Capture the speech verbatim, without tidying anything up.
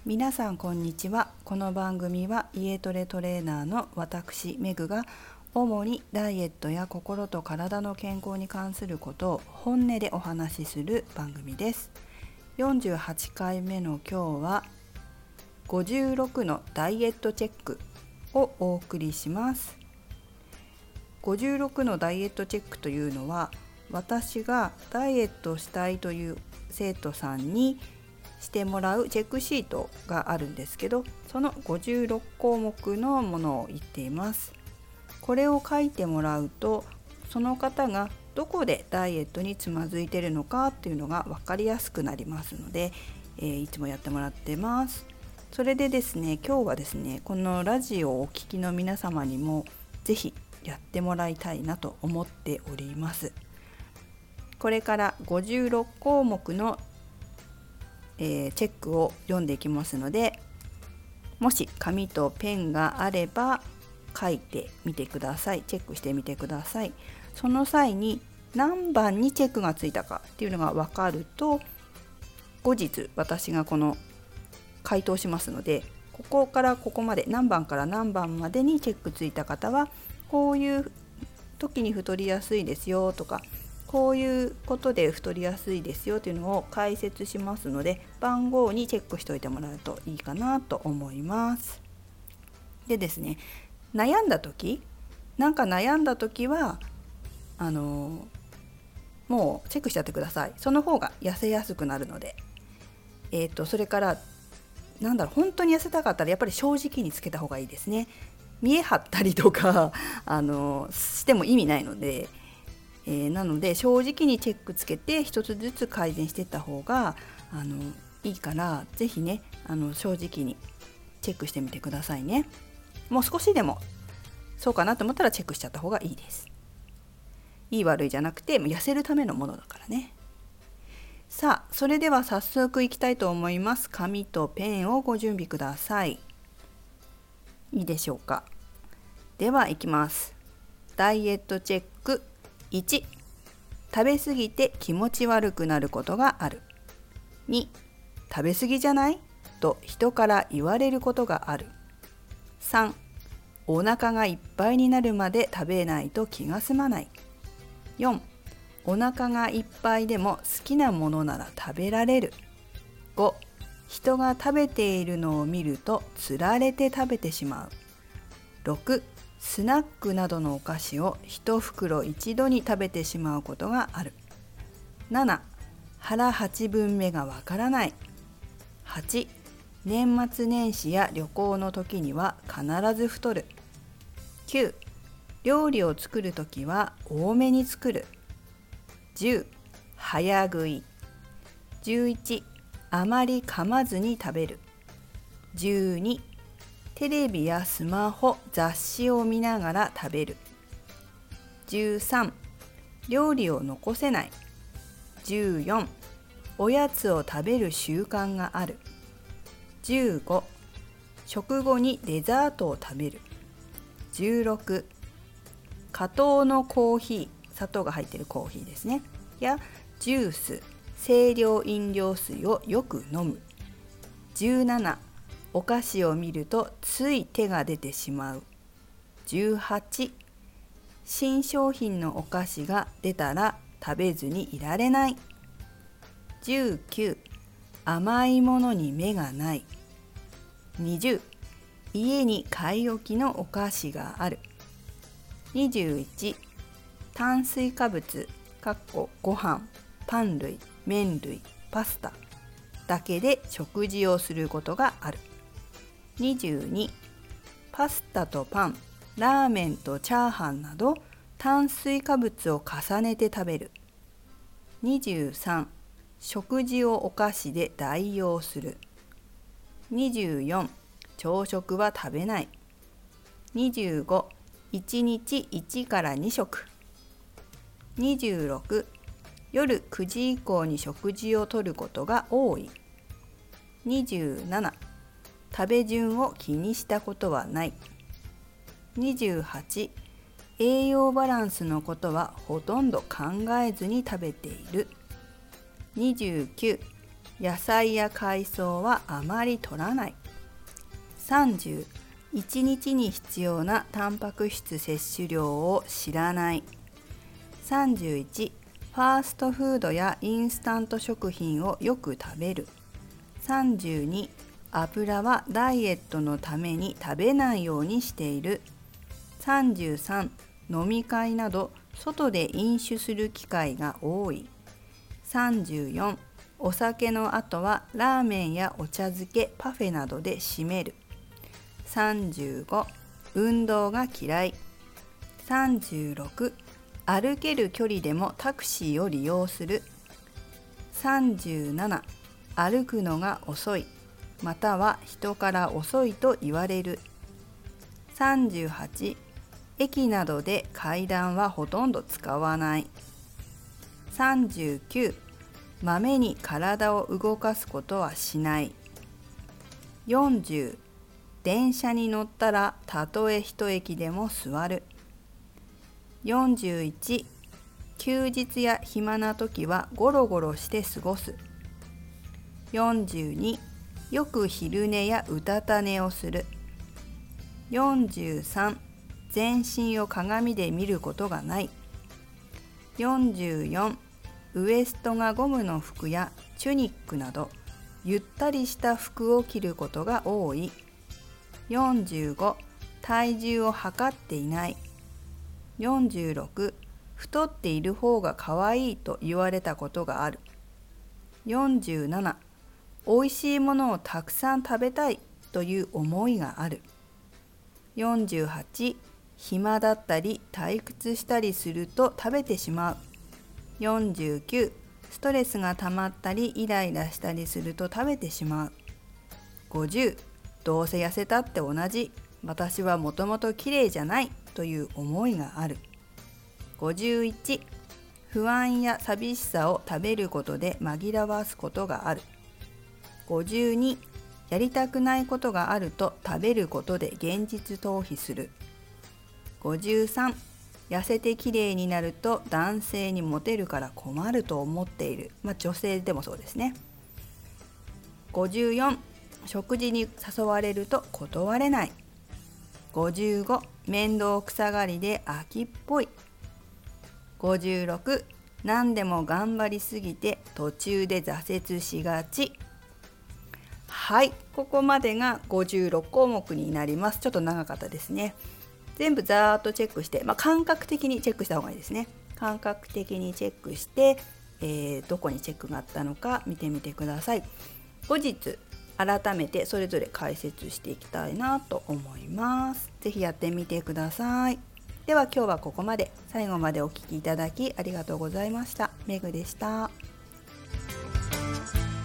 皆さんこんにちは。この番組は家トレトレーナーの私メグが主にダイエットや心と体の健康に関することを本音でお話しする番組です。よんじゅうはちかいめの今日はごじゅうろくのダイエットチェックをお送りします。ごじゅうろくのダイエットチェックというのは、私がダイエットしたいという生徒さんにしてもらうチェックシートがあるんですけど、そのごじゅうろくこうもくのものを言っています。これを書いてもらうと、その方がどこでダイエットにつまずいているのかっていうのが分かりやすくなりますので、えー、いつもやってもらってます。それでですね、今日はですね、このラジオをお聞きの皆様にもぜひやってもらいたいなと思っております。これからごじゅうろくこうもくのえー、チェックを読んでいきますので、もし紙とペンがあれば書いてみてください。チェックしてみてください。その際に何番にチェックがついたかっていうのが分かると、後日私がこの回答しますので、ここからここまで何番から何番までにチェックついた方はこういう時に太りやすいですよとか、こういうことで太りやすいですよというのを解説しますので、番号にチェックしておいてもらうといいかなと思います。でですね、悩んだ時なんか悩んだ時はあのもうチェックしちゃってください。その方が痩せやすくなるので、えーとそれからなんだろう本当に痩せたかったらやっぱり正直につけた方がいいですね。見え張ったりとかあのしても意味ないので、えー、なので正直にチェックつけて一つずつ改善していった方があのいいから、ぜひねあの正直にチェックしてみてくださいね。もう少しでもそうかなと思ったらチェックしちゃった方がいいです。いい悪いじゃなくて痩せるためのものだからね。さあ、それでは早速いきたいと思います。紙とペンをご準備ください。いいでしょうか。ではいきます。ダイエットチェックいち、食べ過ぎて気持ち悪くなることがある。に、食べ過ぎじゃないと人から言われることがある。さん、お腹がいっぱいになるまで食べないと気が済まない。よん、お腹がいっぱいでも好きなものなら食べられる。ご、人が食べているのを見るとつられて食べてしまう。ろく、スナックなどのお菓子を一袋一度に食べてしまうことがある。なな、腹はちぶんめがわからない。はち、年末年始や旅行の時には必ず太る。きゅう、料理を作るときは多めに作る。じゅう、早食い。じゅういち、あまり噛まずに食べる。じゅうに、テレビやスマホ、雑誌を見ながら食べる。じゅうさん、料理を残せない。じゅうよん、おやつを食べる習慣がある。じゅうご、食後にデザートを食べる。じゅうろく、加糖のコーヒー、砂糖が入っているコーヒーですね、やジュース、清涼飲料水をよく飲む。じゅうなな、お菓子を見るとつい手が出てしまう。じゅうはち、新商品のお菓子が出たら食べずにいられない。じゅうきゅう、甘いものに目がない。にじゅう、家に買い置きのお菓子がある。にじゅういち、炭水化物ご飯、パン類、麺類、パスタだけで食事をすることがある。にじゅうに、パスタとパン、ラーメンとチャーハンなど炭水化物を重ねて食べる。にじゅうさん、食事をお菓子で代用する。にじゅうよん、朝食は食べない。にじゅうご、いちにちいちからにしょく。にじゅうろく、夜くじ以降に食事をとることが多い。にじゅうなな、食べ順を気にしたことはない。にじゅうはち、栄養バランスのことはほとんど考えずに食べている。にじゅうきゅう、 野菜や海藻はあまり摂らない。さんじゅう、いちにちに必要なタンパク質摂取量を知らない。さんじゅういち、ファーストフードやインスタント食品をよく食べる。さんじゅうに、油はダイエットのために食べないようにしている。さんじゅうさん、飲み会など外で飲酒する機会が多い。さんじゅうよん、お酒の後はラーメンやお茶漬け、パフェなどで締める。さんじゅうご、運動が嫌い。さんじゅうろく、歩ける距離でもタクシーを利用する。さんじゅうなな、歩くのが遅い、または人から遅いと言われる。さんじゅうはち、駅などで階段はほとんど使わない。さんじゅうきゅう、まめに体を動かすことはしない。よんじゅう、電車に乗ったらたとえ一駅でも座る。よんじゅういち、休日や暇な時はゴロゴロして過ごす。よんじゅうに、よく昼寝やうたた寝をする。よんじゅうさん、全身を鏡で見ることがない。よんじゅうよん、ウエストがゴムの服やチュニックなどゆったりした服を着ることが多い。よんじゅうご、体重を測っていない。よんじゅうろく、太っている方が可愛いと言われたことがある。よんじゅうなな、おいしいものをたくさん食べたいという思いがある。よんじゅうはち、暇だったり退屈したりすると食べてしまう。よんじゅうきゅう、ストレスが溜まったりイライラしたりすると食べてしまう。ごじゅう、どうせ痩せたって同じ、私はもともと綺麗じゃないという思いがある。ごじゅういち、不安や寂しさを食べることで紛らわすことがある。ごじゅうに、やりたくないことがあると食べることで現実逃避する。ごじゅうさん、痩せて綺麗になると男性にモテるから困ると思っている。まあ女性でもそうですね。ごじゅうよん、食事に誘われると断れない。ごじゅうご、面倒くさがりで飽きっぽい。ごじゅうろく、何でも頑張りすぎて途中で挫折しがち。はい、ここまでがごじゅうろくこうもくになります。ちょっと長かったですね。全部ざーっとチェックして、まあ、感覚的にチェックした方がいいですね。感覚的にチェックして、えー、どこにチェックがあったのか見てみてください。後日改めてそれぞれ解説していきたいなと思います。ぜひやってみてください。では今日はここまで。最後までお聞きいただきありがとうございました。めぐでした。